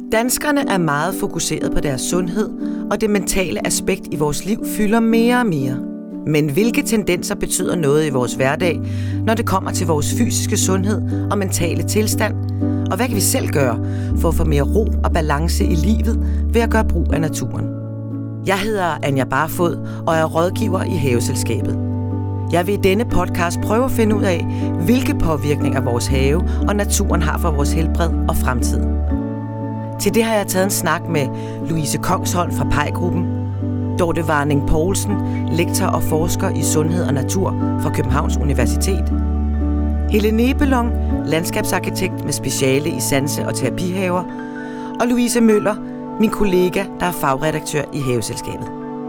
Danskerne er meget fokuseret på deres sundhed, og det mentale aspekt i vores liv fylder mere og mere. Men hvilke tendenser betyder noget i vores hverdag, når det kommer til vores fysiske sundhed og mentale tilstand? Og hvad kan vi selv gøre for at få mere ro og balance i livet ved at gøre brug af naturen? Jeg hedder Anja Barfod og er rådgiver i Haveselskabet. Jeg vil i denne podcast prøve at finde ud af, hvilke påvirkninger vores have og naturen har for vores helbred og fremtid. Til det har jeg taget en snak med Louise Kongsholm fra PEI-gruppen, Dorte Warning Poulsen, lektor og forsker i sundhed og natur fra Københavns Universitet, Helene Nebelong, landskabsarkitekt med speciale i sanse- og terapihaver, og Louise Møller, min kollega, der er fagredaktør i Haveselskabet.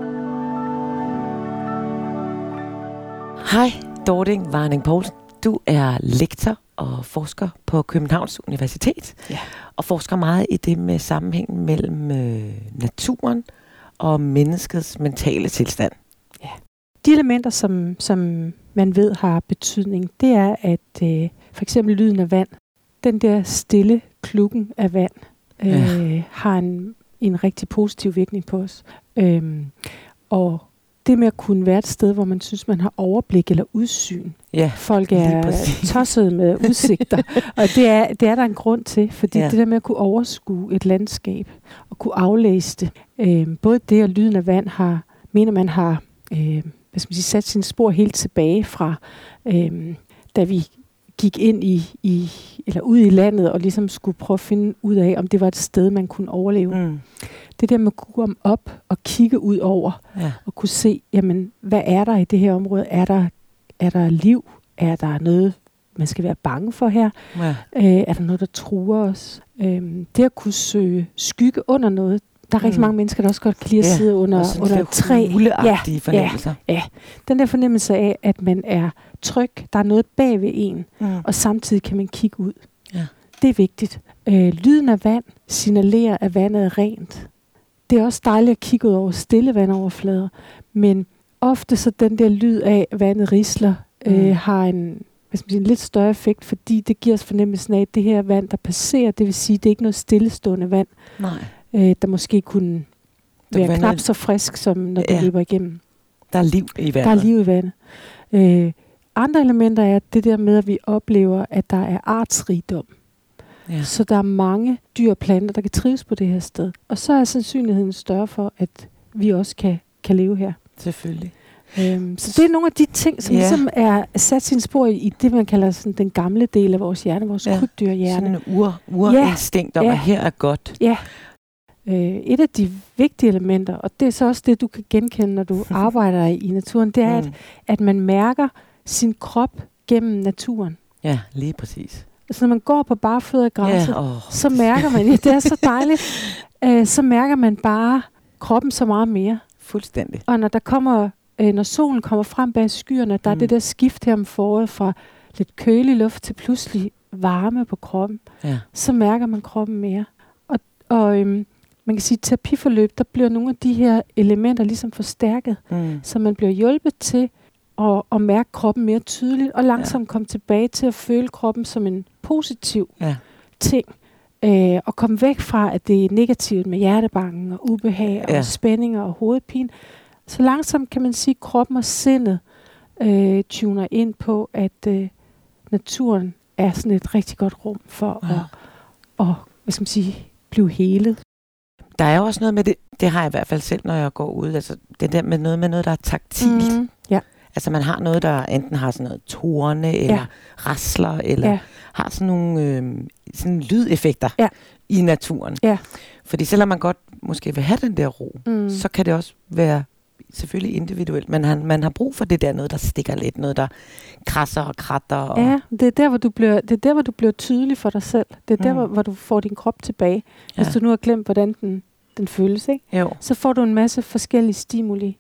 Hej, Dorte Warning Poulsen. Du er lektor og forsker på Københavns Universitet, og forsker meget i det med sammenhængen mellem naturen og menneskets mentale tilstand. Ja. De elementer, som man ved har betydning, det er, at for eksempel lyden af vand, den der stille klukken af vand, har en rigtig positiv virkning på os. Og det med at kunne være et sted, hvor man synes, man har overblik eller udsyn. Ja, folk er tosset med udsigter, og det er der en grund til, fordi det der med at kunne overskue et landskab og kunne aflæse det. Både det og lyden af vand mener man har sat sine spor helt tilbage fra, da vi gik ind eller ud i landet og ligesom skulle prøve at finde ud af, om det var et sted, man kunne overleve. Det der med at kunne komme op og kigge ud over og kunne se, jamen, hvad er der i det her område? Er der liv? Er der noget, man skal være bange for her? Ja. Er der noget, der truer os? Det at kunne søge skygge under noget. Der er rigtig mange mennesker, der også godt kan lide at sidde under et træ. Fornemmelser. Ja. Den der fornemmelse af, at man er tryg, der er noget bag ved en, og samtidig kan man kigge ud. Ja. Det er vigtigt. Lyden af vand signalerer, at vandet er rent. Det er også dejligt at kigge ud over stille vandoverflader, men ofte så den der lyd af, at vandet risler, har en lidt større effekt, fordi det giver os fornemmelsen af, at det her vand, der passerer, det vil sige, at det er ikke noget stillestående vand. Nej. Der måske kunne være knap så frisk, som når det løber igennem. Der er liv i vandet. Der er liv i vandet. Andre elementer er det der med, at vi oplever, at der er artsrigdom. Ja. Så der er mange dyr og planter, der kan trives på det her sted. Og så er sandsynligheden større for, at vi også kan leve her. Selvfølgelig. Så det er nogle af de ting, som ligesom er sat sin spor i det, man kalder sådan den gamle del af vores hjerne, vores krybdyrhjerne. Sådan en urinstinkt om, at her er godt. Ja. Et af de vigtige elementer, og det er så også det, du kan genkende, når du arbejder i naturen, det er, at man mærker sin krop gennem naturen. Ja, lige præcis. Så når man går på bare fødder i græsset, så mærker man, det er så dejligt, så mærker man bare kroppen så meget mere. Fuldstændig. Og når solen kommer frem bag skyerne, der er det der skift her om foråret fra lidt kølig luft til pludselig varme på kroppen, så mærker man kroppen mere. Og man kan sige, at terapiforløb, der bliver nogle af de her elementer ligesom forstærket, så man bliver hjulpet til at mærke kroppen mere tydeligt, og langsomt komme tilbage til at føle kroppen som en positiv ting, og komme væk fra, at det er negativt med hjertebanken og ubehag og spændinger og hovedpine. Så langsomt kan man sige, at kroppen og sindet tuner ind på, at naturen er sådan et rigtig godt rum for at blive helet. Der er jo også noget med det har jeg i hvert fald selv, når jeg går ud, altså det der med noget, der er taktilt. Altså man har noget, der enten har sådan noget torne, eller rasler, eller har sådan nogle sådan lydeffekter i naturen. Ja. Fordi selvom man godt måske vil have den der ro, så kan det også være selvfølgelig individuelt, men man har brug for det der noget, der stikker lidt, noget, der krasser og kratter. Ja, det er der, hvor du bliver tydelig for dig selv. Det er der, hvor du får din krop tilbage. Hvis du nu har glemt, hvordan den føles, ikke? Jo. Så får du en masse forskellige stimuli,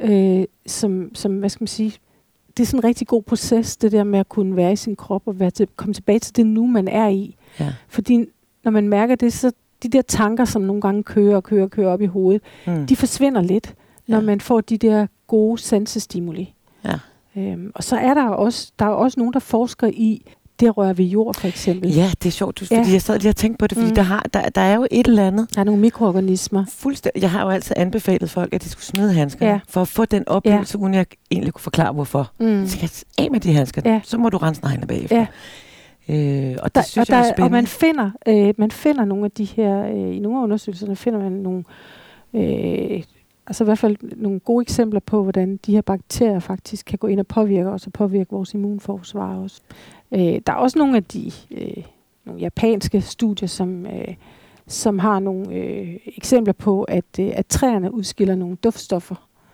som hvad skal man sige, det er sådan en rigtig god proces, det der med at kunne være i sin krop og komme tilbage til det nu, man er i. Ja. Fordi når man mærker det, så de der tanker, som nogle gange kører op i hovedet, de forsvinder lidt, når man får de der gode sansestimuli. Ja. Og så er der er også nogen, der forsker i det rører ved jord, for eksempel. Ja, det er sjovt, fordi jeg sad lige og tænkte på det, fordi der er jo et eller andet. Der er nogle mikroorganismer. Fuldstændig. Jeg har jo altid anbefalet folk, at de skulle smide handskerne, for at få den oplevelse, uden jeg egentlig kunne forklare, hvorfor. Så jeg af med de handsker, så må du rense neglene bagefter. Og det synes jeg er spændende. Og man finder nogle af de her, i nogle af undersøgelserne finder man nogle, altså i hvert fald nogle gode eksempler på, hvordan de her bakterier faktisk kan gå ind og påvirke os, og påvirke vores immunforsvar også. Der er også nogle af de nogle japanske studier, som har nogle eksempler på, at træerne udskiller nogle duftstoffer,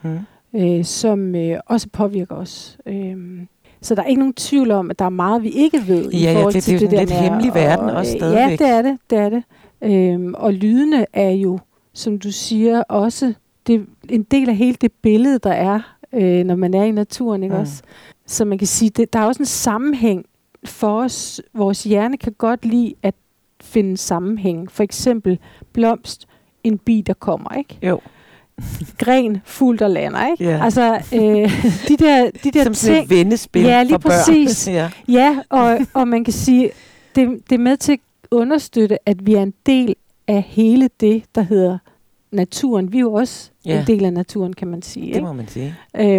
som også påvirker os. Så der er ikke nogen tvivl om, at der er meget, vi ikke ved i forhold til det der. Det er lidt hemmelig verden også stadigvæk. Ja, det er det. Og lydene er jo, som du siger, også en del af hele det billede, der er, når man er i naturen, ikke også? Så man kan sige, der er også en sammenhæng for os. Vores hjerne kan godt lide at finde sammenhæng. For eksempel blomst, en bi, der kommer, ikke? Jo. Gren, fugl, der lander, ikke? Yeah. Altså, de der som sådan et vendespil lige for præcis. børn. Ja, og man kan sige, det er med til at understøtte, at vi er en del af hele det, der hedder naturen. Vi er jo også en del af naturen, kan man sige. Det må man sige.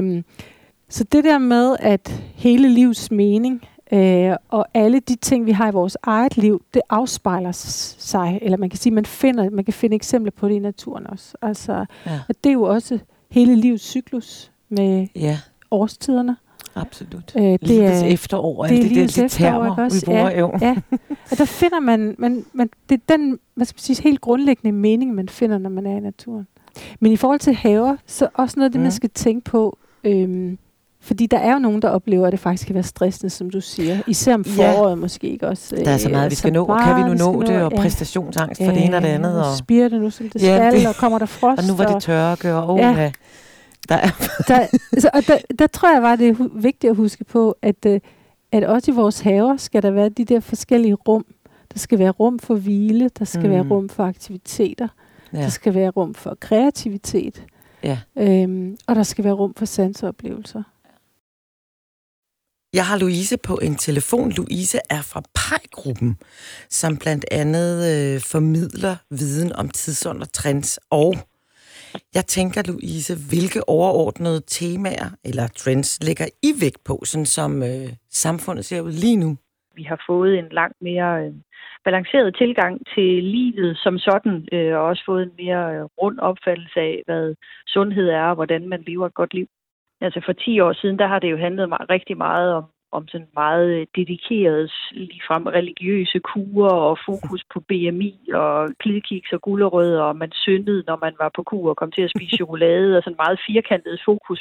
Så det der med, at hele livs mening og alle de ting, vi har i vores eget liv, det afspejler sig, eller man kan sige, man kan finde eksempler på det i naturen også. Altså, og det er jo også hele livets cyklus med årstiderne. Absolut. Livets efterår, alle de der termer, vi bruger jo. Ja. Og der finder man det er den, hvad skal man sige, helt grundlæggende mening, man finder, når man er i naturen. Men i forhold til haver, så også noget af det, man skal tænke på, fordi der er jo nogen, der oplever, at det faktisk kan være stressende, som du siger. Især om foråret måske ikke også. Der er så meget, vi skal nå. Kan vi nu nå det? Og præstationsangst for det ene og det andet. Og spirer det nu, som det skal, og kommer der frost. Og nu var det tørke, og der tror jeg bare, det er vigtigt at huske på, at også i vores haver skal der være de der forskellige rum. Der skal være rum for hvile, der skal være rum for aktiviteter, der skal være rum for kreativitet, og der skal være rum for sanseoplevelser. Jeg har Louise på en telefon. Louise er fra PEI-gruppen, som blandt andet formidler viden om tidsånd og trends. Og jeg tænker, Louise, hvilke overordnede temaer eller trends lægger I vægt på, sådan som samfundet ser ud lige nu? Vi har fået en langt mere balanceret tilgang til livet som sådan, og også fået en mere rund opfattelse af, hvad sundhed er, og hvordan man lever et godt liv. Altså for 10 år siden, der har det jo handlet rigtig meget om sådan meget dedikerede, ligefrem religiøse kurer og fokus på BMI og klidkiks og gulerødder, og man syndede, når man var på kur og kom til at spise chokolade, og sådan meget firkantet fokus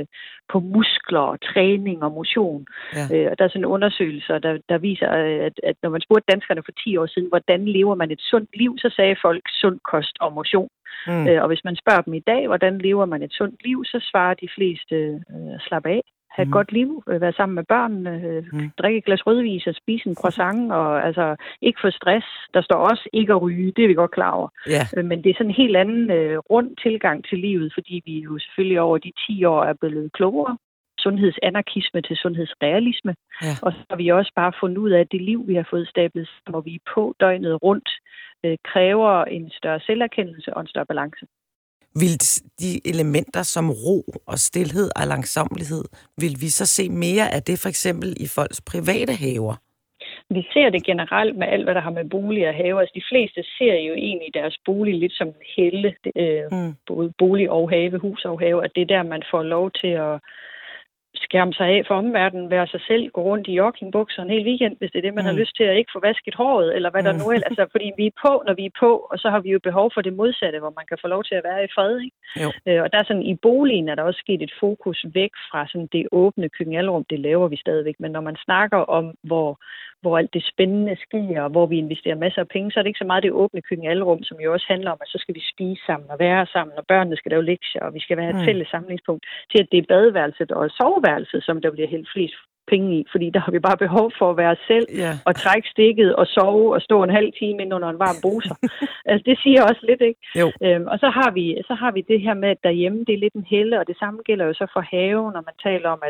på muskler og træning og motion. Ja. Og der er sådan undersøgelser, der viser, at når man spurgte danskerne for 10 år siden, hvordan lever man et sundt liv, så sagde folk sund kost og motion. Og hvis man spørger dem i dag, hvordan lever man et sundt liv, så svarer de fleste slap af, have et godt liv, være sammen med børnene, drikke et glas rødvin og spise en croissant, og altså ikke få stress. Der står også ikke at ryge, det er vi godt klar over. Yeah. Men det er sådan en helt anden rund tilgang til livet, fordi vi jo selvfølgelig over de 10 år er blevet klogere. Sundhedsanarkisme til sundhedsrealisme. Ja. Og så har vi også bare fundet ud af, at det liv, vi har fået stablet, hvor vi er på døgnet rundt, kræver en større selverkendelse og en større balance. Vil de elementer som ro og stilhed og langsommelighed, vil vi så se mere af det for eksempel i folks private haver? Vi ser det generelt med alt, hvad der har med bolig og have. Altså de fleste ser jo egentlig deres bolig lidt som en helle, både bolig og have, hus og have, at det er der, man får lov til at skærme sig af for omverdenen, være sig selv, gå rundt i joggingbukser en hel weekend, hvis det er det, man har lyst til, at ikke få vasket håret, eller hvad der nu er. Altså, fordi vi er på, når vi er på, og så har vi jo behov for det modsatte, hvor man kan få lov til at være i fred, ikke? Og der er sådan, i boligen er der også sket et fokus væk fra sådan det åbne køkkenalrum, det laver vi stadigvæk, men når man snakker om, hvor alt det spændende sker, og hvor vi investerer masser af penge, så er det ikke så meget det åbne køkkenalrum, som jo også handler om, at så skal vi spise sammen og være sammen, og børnene skal lave lektier, og vi skal være et fælles samlingspunkt, til at det er badeværelset og soveværelset, som der bliver hældt flest penge i, fordi der har vi bare behov for at være selv, og trække stikket og sove og stå en halv time ind under en varm bruser. Altså det siger også lidt, ikke? Og så har vi det her med, at derhjemme det er lidt en helle, og det samme gælder jo så for haven, når man taler om, at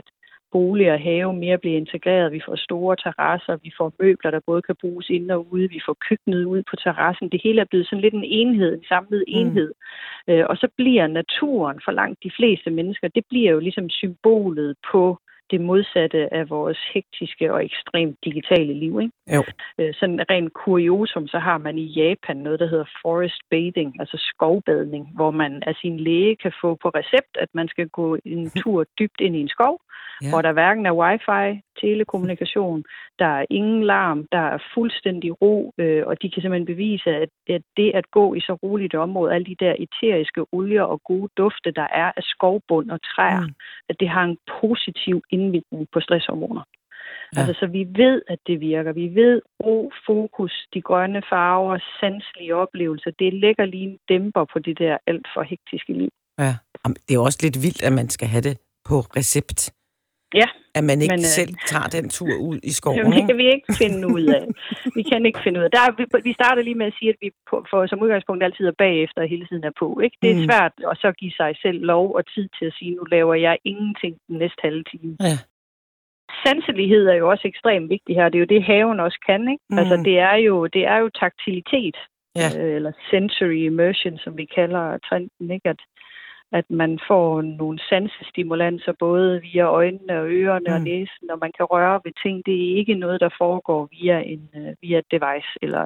bolig og have mere bliver integreret. Vi får store terrasser, vi får møbler, der både kan bruges inde og ude, vi får køkkenet ud på terrassen. Det hele er blevet sådan lidt en enhed, en samlet enhed. Og så bliver naturen for langt de fleste mennesker, det bliver jo ligesom symbolet på det modsatte af vores hektiske og ekstremt digitale liv, ikke? Jo. Sådan rent kuriosum, så har man i Japan noget, der hedder forest bathing, altså skovbadning, hvor man af sin læge kan få på recept, at man skal gå en tur dybt ind i en skov, hvor der hverken er wifi, telekommunikation, der er ingen larm, der er fuldstændig ro, og de kan simpelthen bevise, at det at gå i så roligt et område, alle de der eteriske olier og gode dufte, der er af skovbund og træer, at det har en positiv indvirkning på stresshormoner. Ja. Altså, så vi ved, at det virker. Vi ved, ro, fokus, de grønne farver, sanselige oplevelser, det lægger lige en dæmper på det der alt for hektiske liv. Ja, det er også lidt vildt, at man skal have det på recept. Ja. At man ikke selv tager den tur ud i skoven. Det kan vi ikke finde ud af. Vi kan ikke finde ud af. Vi starter lige med at sige, at vi for som udgangspunkt altid er bagefter og hele tiden er på. Ikke? Det er svært at så give sig selv lov og tid til at sige, nu laver jeg ingenting den næste halve time. Ja. Sanselighed er jo også ekstremt vigtig her. Det er jo det, haven også kan. Ikke? Altså, det er jo taktilitet. Ja. Eller sensory immersion, som vi kalder trenden. Ikke? At man får nogle sansestimulanser, både via øjnene og ørerne og næsen, og man kan røre ved ting. Det er ikke noget, der foregår via et device eller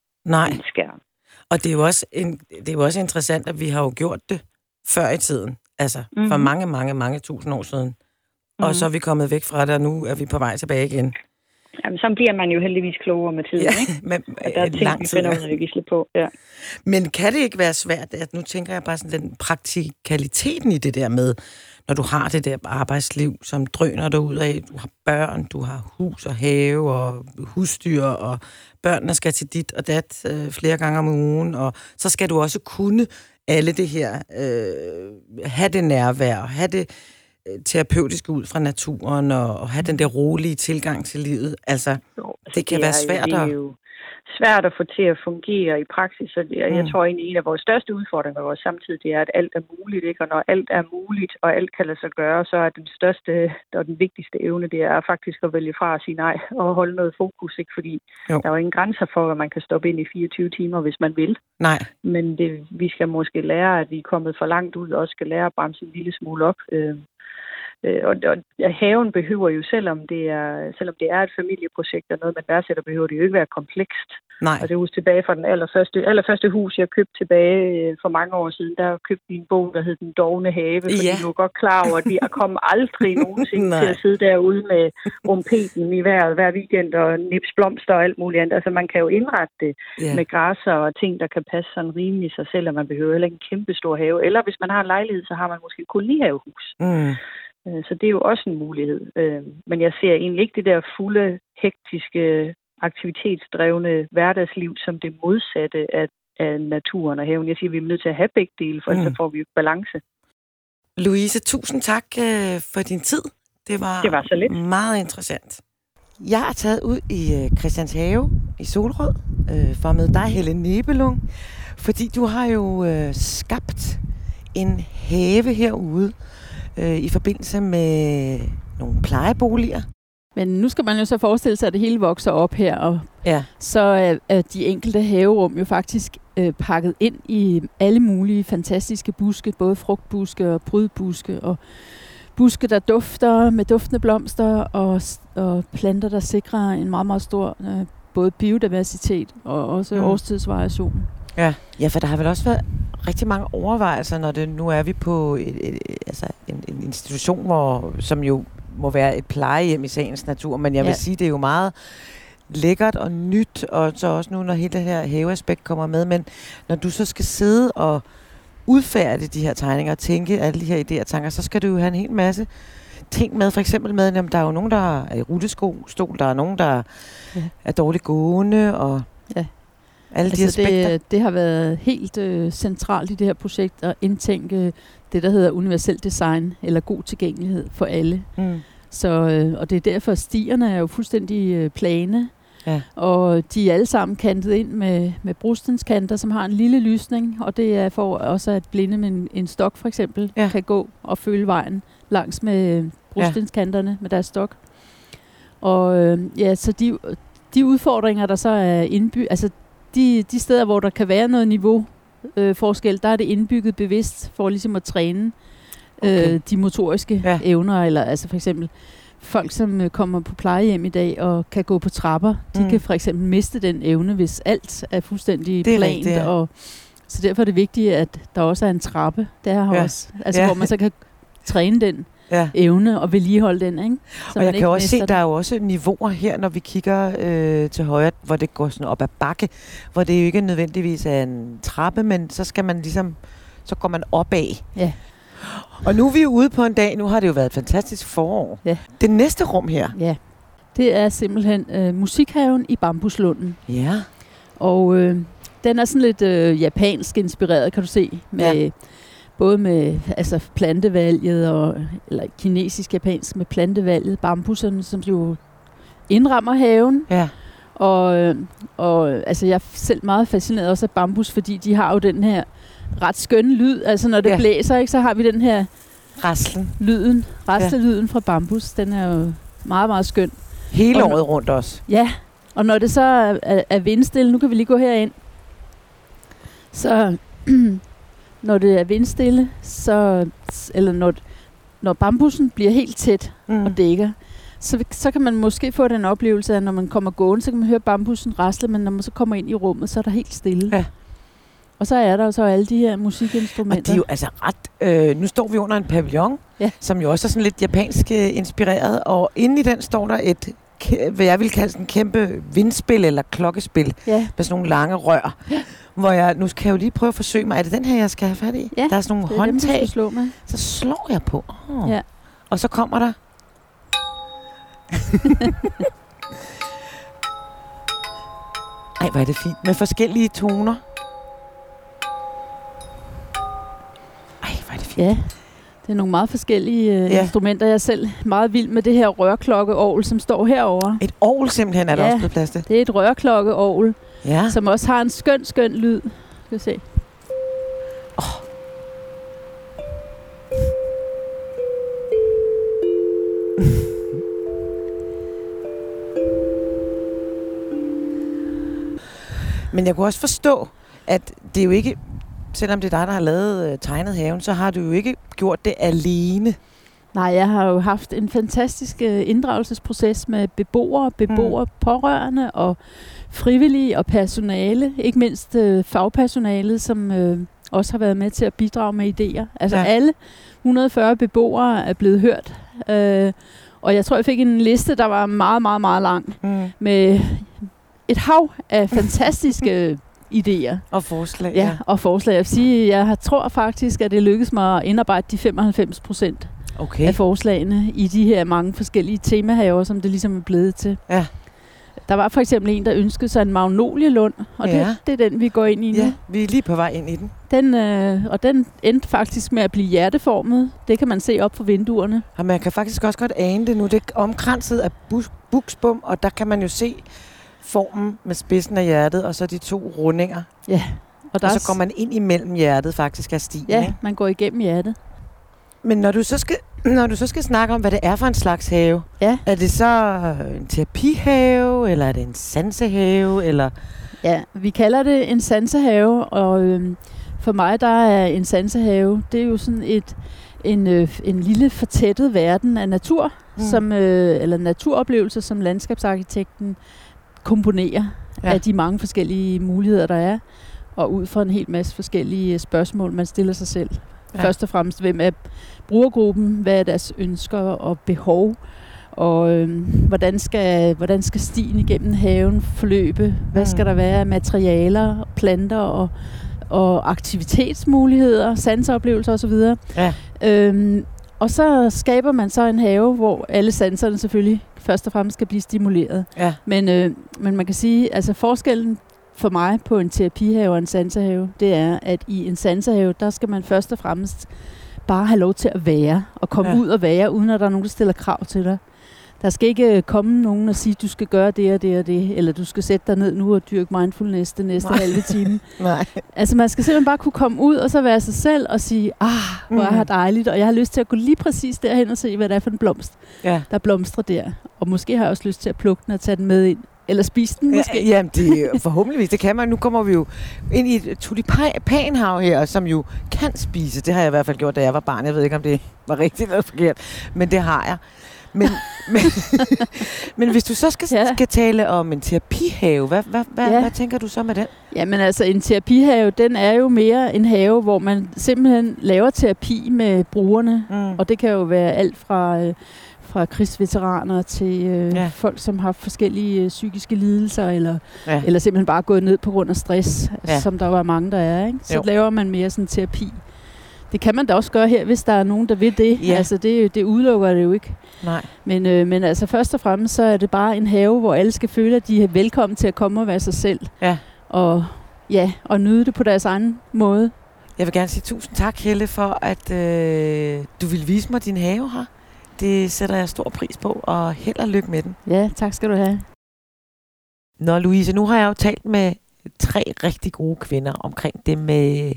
en skærm. Og det er jo også interessant, at vi har jo gjort det før i tiden. Altså for mange tusind år siden. Og så er vi kommet væk fra det, og nu er vi på vej tilbage igen. Jamen, så bliver man jo heldigvis klogere med tiden, ikke? Men, og der er ting, vi finder ud af at gisle på. Ja. Men kan det ikke være svært, at nu tænker jeg bare sådan den praktikaliteten i det der med, når du har det der arbejdsliv, som drøner dig ud af, du har børn, du har hus og have og husdyr, og børnene skal til dit og dat flere gange om ugen, og så skal du også kunne alle det her, have det nærvær, have det terapeutiske ud fra naturen og have den der rolige tilgang til livet. Altså, det kan være svært at... Det er jo svært at få til at fungere i praksis, og jeg tror egentlig, en af vores største udfordringer i vores samtid, det er, at alt er muligt, ikke? Og når alt er muligt, og alt kan lade sig gøre, så er den største og den vigtigste evne, det er faktisk at vælge fra at sige nej og holde noget fokus, ikke? Fordi der er jo ingen grænser for, hvad man kan stoppe ind i 24 timer, hvis man vil. Nej. Men vi skal måske lære, at vi er kommet for langt ud, og skal lære at bremse en lille smule op. Og haven behøver jo, selvom det er et familieprojekt og noget, man værdsætter, behøver det jo ikke være komplekst. Nej. Og det er tilbage fra den allerførste hus, jeg købte tilbage for mange år siden. Der købte vi en bog, der hed Den Dovne Have, fordi vi var godt klar over, at vi kommer aldrig nogensinde til at sidde derude med rumpeten i vejret hver weekend og nips blomster og alt muligt andet. Altså man kan jo indrette det med græsser og ting, der kan passe sådan rimelig sig selv, og man behøver heller ikke en kæmpe stor have. Eller hvis man har en lejlighed, så har man måske kun lige havehus. Så det er jo også en mulighed. Men jeg ser egentlig ikke det der fulde, hektiske, aktivitetsdrevne hverdagsliv som det modsatte af naturen og haven. Jeg siger, at vi er nødt til at have begge dele, for ellers får vi jo balance. Louise, tusind tak for din tid. Det var så lidt. Meget interessant. Jeg er taget ud i Christianshave i Solrød for at møde dig, Helle Nebelung, fordi du har jo skabt en have herude i forbindelse med nogle plejeboliger. Men nu skal man jo så forestille sig, at det hele vokser op her, og så er de enkelte haverum jo faktisk pakket ind i alle mulige fantastiske buske, både frugtbuske og prydbuske, og buske, der dufter med duftende blomster, og planter, der sikrer en meget, meget stor både biodiversitet og også årstidsvariation. Ja, for der har vel også været rigtig mange overvejelser, når det nu er vi på en institution, som jo må være et plejehjem i sagens natur, men jeg vil sige, det er jo meget lækkert og nyt, og så også nu, når hele det her haveaspekt kommer med, men når du så skal sidde og udfærdige de her tegninger og tænke alle de her idéer og tanker, så skal du jo have en hel masse ting med, for eksempel med, at der er jo nogen, der er i rullestol, der er nogen, der er dårligt gående, og alle de aspekter. Det har været helt centralt i det her projekt at indtænke det, der hedder universel design, eller god tilgængelighed for alle. Så, og det er derfor, stierne er jo fuldstændig plane, og de er alle sammen kantet ind med brostenskanter, som har en lille lysning, og det er for også at blinde med en stok for eksempel kan gå og følge vejen langs med brostenskanterne med deres stok. Og så de udfordringer, der så er indbygget, altså de steder, hvor der kan være noget niveau forskel, der er det indbygget bevidst for ligesom at træne de motoriske evner, eller altså for eksempel folk, som kommer på plejehjem i dag og kan gå på trapper, de kan for eksempel miste den evne, hvis alt er fuldstændig plant. Og så derfor er det vigtigt, at der også er en trappe der også, altså hvor man så kan træne den evne og vedligeholde den, ikke? Så og jeg kan også se, der er jo også niveauer her, når vi kigger til højre, hvor det går sådan op ad bakke, hvor det jo ikke nødvendigvis er en trappe, men så skal man ligesom, så går man opad. Ja. Og nu er vi jo ude på en dag, nu har det jo været et fantastisk forår. Ja. Det næste rum her. Det er simpelthen musikhaven i Bambuslunden. Ja. Og den er sådan lidt japansk inspireret, kan du se, med både med plantevalget eller kinesisk-japansk med plantevalget, bambusserne, som jo indrammer haven. Ja. Og jeg er selv meget fascineret også af bambus, fordi de har jo den her ret skønne lyd. Altså når det blæser, ikke, så har vi den her raslelyden fra bambus. Den er jo meget, meget skøn. Hele året rundt også. Ja, og når det så er vindstille, nu kan vi lige gå herind, så når det er vindstille, eller når bambussen bliver helt tæt og dækker, så kan man måske få den oplevelse, at når man kommer gående, så kan man høre bambussen rasle, men når man så kommer ind i rummet, så er der helt stille. Ja. Og så er der så alle de her musikinstrumenter. Og de er jo altså ret... nu står vi under en pavillon, som jo også er sådan lidt japansk inspireret, og inde i den står der et, hvad jeg vil kalde sådan en kæmpe vindspil eller klokkespil, med sådan nogle lange rør. Ja. Hvor jeg, nu kan jeg jo lige prøve at forsøge mig. Er det den her, jeg skal have fat i? Ja, der er sådan nogle håndtag. Dem, slå med. Så slår jeg på. Ja. Og så kommer der... Ej, hvor er det fint. Med forskellige toner. Ej, hvor er det fint. Ja, det er nogle meget forskellige instrumenter. Jeg er selv meget vild med det her rørklokkeorgel, som står herovre. Et orgel simpelthen er der også blevet plads til? Det er et rørklokkeorgel, som også har en skøn lyd. Skal vi se. Men jeg kunne også forstå, at det er jo ikke, selvom det er dig, der har lavet tegnet haven, så har du jo ikke gjort det alene. Nej, jeg har jo haft en fantastisk inddragelsesproces med beboere, pårørende og frivillige og personale. Ikke mindst fagpersonalet, som også har været med til at bidrage med idéer. Altså alle 140 beboere er blevet hørt. Og jeg tror, jeg fik en liste, der var meget, meget, meget lang. Med et hav af fantastiske idéer. Og forslag. Ja, og forslag. Jeg vil sige, jeg tror faktisk, at det lykkedes mig at indarbejde de 95% af forslagene i de her mange forskellige temahaver, som det ligesom er blevet til. Ja. Der var for eksempel en, der ønskede sig en magnolielund, og det er den, vi går ind i nu. Ja, vi er lige på vej ind i den. Den endte faktisk med at blive hjerteformet. Det kan man se op for vinduerne. Og man kan faktisk også godt ane det nu. Det er omkranset af buksbom, og der kan man jo se formen med spidsen af hjertet, og så de 2 rundinger. Ja. Og så går man ind imellem hjertet faktisk af stien. Ja, man går igennem hjertet. Men når du så skal snakke om, hvad det er for en slags have, er det så en terapihave, eller er det en sansehave, eller? Ja, vi kalder det en sansehave, og for mig, der er en sansehave, det er jo sådan en lille fortættet verden af natur, eller naturoplevelser, som landskabsarkitekten komponerer af de mange forskellige muligheder, der er, og ud fra en hel masse forskellige spørgsmål, man stiller sig selv. Ja. Først og fremmest, hvem er brugergruppen, hvad er deres ønsker og behov, og hvordan skal stien igennem haven forløbe, hvad skal der være af materialer, planter og aktivitetsmuligheder, sanseoplevelser osv. Ja. Og så skaber man så en have, hvor alle sanserne selvfølgelig først og fremmest skal blive stimuleret. Ja. Men man kan sige, altså forskellen for mig på en terapihave og en sansehave, det er, at i en sansehave, der skal man først og fremmest bare have lov til at være, og komme ud og være, uden at der er nogen, der stiller krav til dig. Der skal ikke komme nogen og sige, du skal gøre det og det og det, eller du skal sætte dig ned nu og dyrke mindfulness det næste halve time. Nej. Altså man skal simpelthen bare kunne komme ud og så være sig selv og sige, hvor er det dejligt, og jeg har lyst til at gå lige præcis derhen og se, hvad det er for en blomst, der blomstrer der. Og måske har jeg også lyst til at plukke den og tage den med ind. Eller spise den måske. Jamen, forhåbentligvis, det kan man. Nu kommer vi jo ind i et tulipanhav her, som jo kan spise. Det har jeg i hvert fald gjort, da jeg var barn. Jeg ved ikke, om det var rigtigt eller forkert, men det har jeg. Men hvis du så skal tale om en terapihave, hvad tænker du så med den? Jamen altså, en terapihave, den er jo mere en have, hvor man simpelthen laver terapi med brugerne. Og det kan jo være alt fra krigsveteraner til folk, som har forskellige psykiske lidelser, eller simpelthen bare gået ned på grund af stress, som der var mange, der er. Ikke? Så laver man mere sådan terapi. Det kan man da også gøre her, hvis der er nogen, der vil det. Ja. Altså, det udelukker det jo ikke. Nej. Men altså, først og fremmest, så er det bare en have, hvor alle skal føle, at de er velkommen til at komme og være sig selv. Ja. Og nyde det på deres egen måde. Jeg vil gerne sige tusind tak, Helle, for at du vil vise mig din have her. Det sætter jeg stor pris på, og held og lykke med den. Ja, tak skal du have. Nå, Louise, nu har jeg jo talt med 3 rigtig gode kvinder omkring det med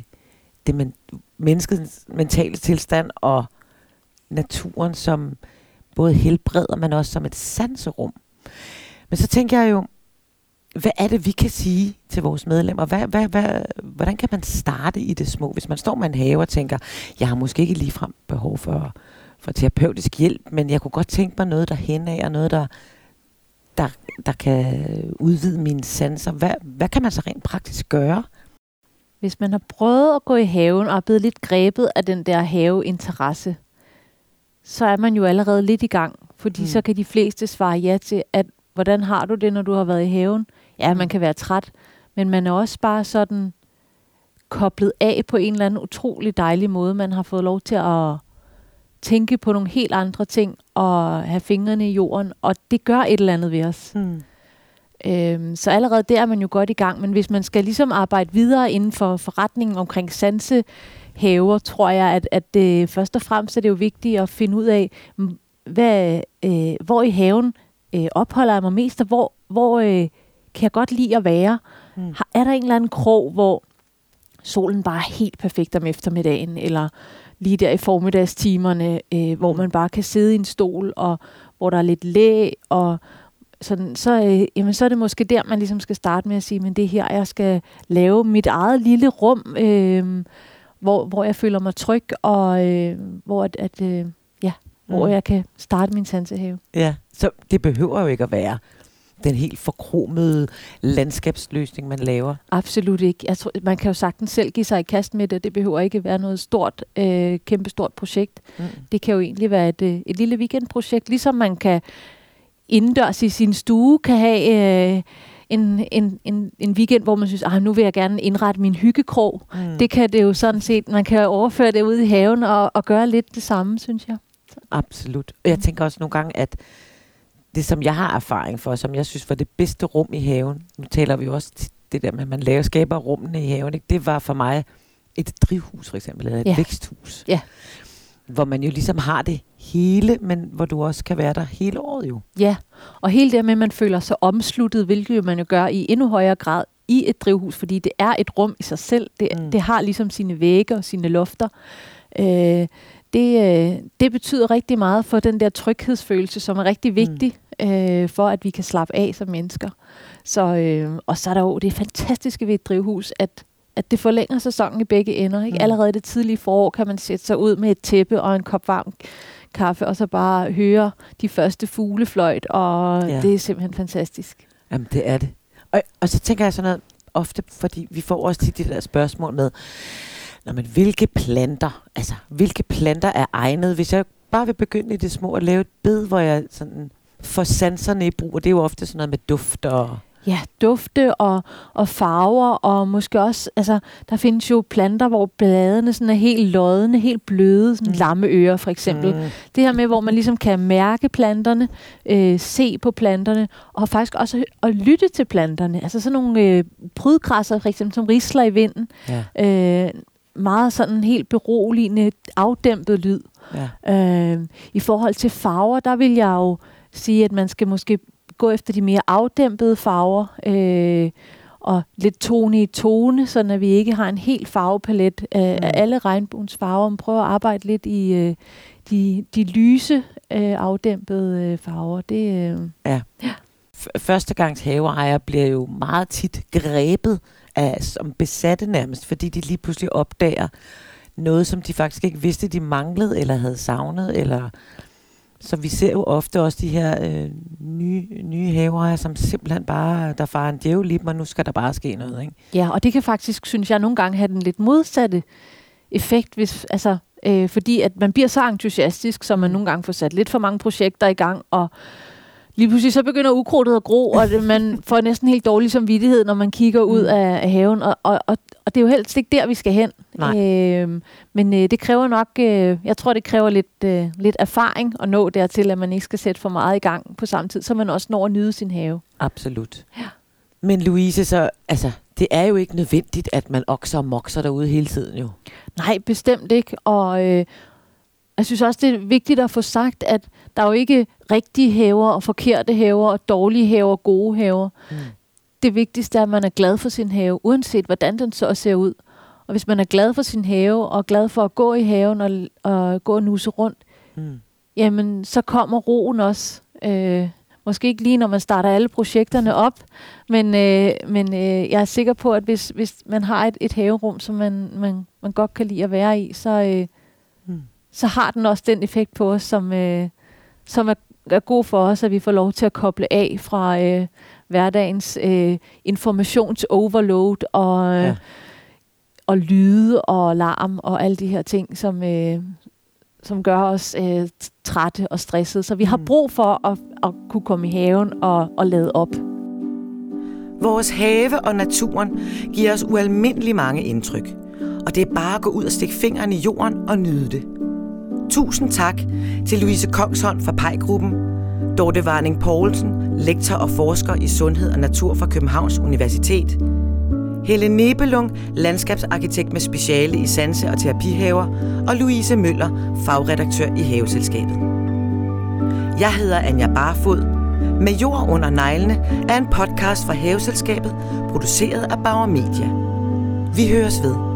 menneskets mentale tilstand og naturen som både helbreder, men også som et sanserum. Men så tænker jeg jo, hvad er det, vi kan sige til vores medlemmer? Hvordan kan man starte i det små? Hvis man står med en have og tænker, jeg har måske ikke ligefrem behov for terapeutisk hjælp, men jeg kunne godt tænke mig noget derhen af, og noget, der kan udvide mine sanser. Hvad kan man så rent praktisk gøre? Hvis man har prøvet at gå i haven og er blevet lidt grebet af den der haveinteresse, så er man jo allerede lidt i gang. Fordi så kan de fleste svare ja til, at hvordan har du det, når du har været i haven? Ja, man kan være træt, men man er også bare sådan koblet af på en eller anden utrolig dejlig måde. Man har fået lov til at tænke på nogle helt andre ting og have fingrene i jorden, og det gør et eller andet ved os. Så allerede der er man jo godt i gang, men hvis man skal ligesom arbejde videre inden for forretningen omkring sansehaver, tror jeg, at det først og fremmest er det jo vigtigt at finde ud af, hvor i haven opholder jeg mig mest, og hvor kan jeg godt lide at være. Er der en eller anden krog, hvor solen bare er helt perfekt om eftermiddagen, eller lige der i formiddagstimerne, hvor man bare kan sidde i en stol, og hvor der er lidt læ, og sådan, så er det måske der, man ligesom skal starte med at sige, men det er her, jeg skal lave mit eget lille rum, hvor jeg føler mig tryg, og hvor jeg kan starte min sansehave. Ja, så det behøver jo ikke at være den helt forkromede landskabsløsning, man laver. Absolut ikke. Jeg tror, man kan jo sagtens selv give sig i kast med det. Det behøver ikke være noget stort, kæmpestort projekt. Det kan jo egentlig være et lille weekendprojekt, ligesom man kan indendørs i sin stue kan have en weekend, hvor man synes, nu vil jeg gerne indrette min hyggekrog. Det kan det jo sådan set, man kan overføre det ud i haven og gøre lidt det samme, synes jeg. Absolut. Og jeg tænker også nogle gange, at det, som jeg har erfaring for, som jeg synes var det bedste rum i haven, nu taler vi jo også til det der med, at man skaber rummene i haven, ikke? Det var for mig et drivhus for eksempel, eller et væksthus. Ja. Hvor man jo ligesom har det hele, men hvor du også kan være der hele året jo. Ja, og hele det med, at man føler sig omsluttet, hvilket man jo gør i endnu højere grad i et drivhus, fordi det er et rum i sig selv. Det har ligesom sine vægge og sine lofter. Det betyder rigtig meget for den der tryghedsfølelse, som er rigtig vigtig for, at vi kan slappe af som mennesker. Og så er der jo det fantastiske ved et drivhus, at det forlænger sæsonen i begge ender. Ikke? Allerede i det tidlige forår kan man sætte sig ud med et tæppe og en kop varm kaffe, og så bare høre de første fuglefløjt, og det er simpelthen fantastisk. Jamen, det er det. Og så tænker jeg sådan noget ofte, fordi vi får også tit de der spørgsmål med, men hvilke planter er egnet? Hvis jeg bare vil begynde i det små at lave et bed, hvor jeg sådan får sanserne i brug, og det er jo ofte sådan noget med duft og... Ja, dufte og farver, og måske også, altså, der findes jo planter, hvor bladene sådan er helt loddende, helt bløde, sådan lammeører for eksempel. Det her med, hvor man ligesom kan mærke planterne, se på planterne, og faktisk også at lytte til planterne. Altså sådan nogle prydgræsser, for eksempel, som risler i vinden. Ja. Meget sådan helt beroligende, afdæmpet lyd. Ja. I forhold til farver, der vil jeg jo sige, at man skal måske gå efter de mere afdæmpede farver, og lidt tone i tone, så at vi ikke har en helt farvepalet af alle regnbuens farver, men prøver at arbejde lidt i de lyse, afdæmpede farver. Ja. Førstegangs haveejere bliver jo meget tit grebet som besatte nærmest, fordi de lige pludselig opdager noget, som de faktisk ikke vidste, de manglede eller havde savnet. Så vi ser jo ofte også de her nye haveejere, som simpelthen bare, der farer en djævel i dem, og nu skal der bare ske noget. Ikke? Ja, og det kan faktisk, synes jeg, nogle gange have den lidt modsatte effekt, hvis, fordi at man bliver så entusiastisk, så man nogle gange får sat lidt for mange projekter i gang, og lige pludselig så begynder ukrudtet at gro, og man får næsten helt dårlig samvittighed, når man kigger ud af haven, og det er jo helst ikke der, vi skal hen. Men det kræver nok, jeg tror, det kræver lidt erfaring at nå dertil, at man ikke skal sætte for meget i gang på samme tid, så man også når at nyde sin have. Absolut. Ja. Men Louise, så, det er jo ikke nødvendigt, at man okser og mokser derude hele tiden jo. Nej, bestemt ikke, og jeg synes også, det er vigtigt at få sagt, at der er jo ikke rigtige haver og forkerte haver og dårlige haver og gode haver. Det vigtigste er, at man er glad for sin have, uanset hvordan den så ser ud. Og hvis man er glad for sin have og glad for at gå i haven og gå og nuse rundt, jamen så kommer roen også. Måske ikke lige, når man starter alle projekterne op, men jeg er sikker på, at hvis man har et haverum, som man godt kan lide at være i, så har den også den effekt på os, som er god for os, at vi får lov til at koble af fra hverdagens informationsoverload og lyde og larm og alle de her ting, som gør os trætte og stressede. Så vi har brug for at kunne komme i haven og lade op. Vores have og naturen giver os ualmindelig mange indtryk. Og det er bare at gå ud og stikke fingeren i jorden og nyde det. Tusind tak til Louise Kongsholm fra PEI-gruppen, Dorte Warning Poulsen, lektor og forsker i sundhed og natur fra Københavns Universitet, Helle Nebelung, landskabsarkitekt med speciale i sanse- og terapihaver, og Louise Møller, fagredaktør i Haveselskabet. Jeg hedder Anja Barfod. Med jord under neglene er en podcast fra Haveselskabet, produceret af Bauer Media. Vi høres ved.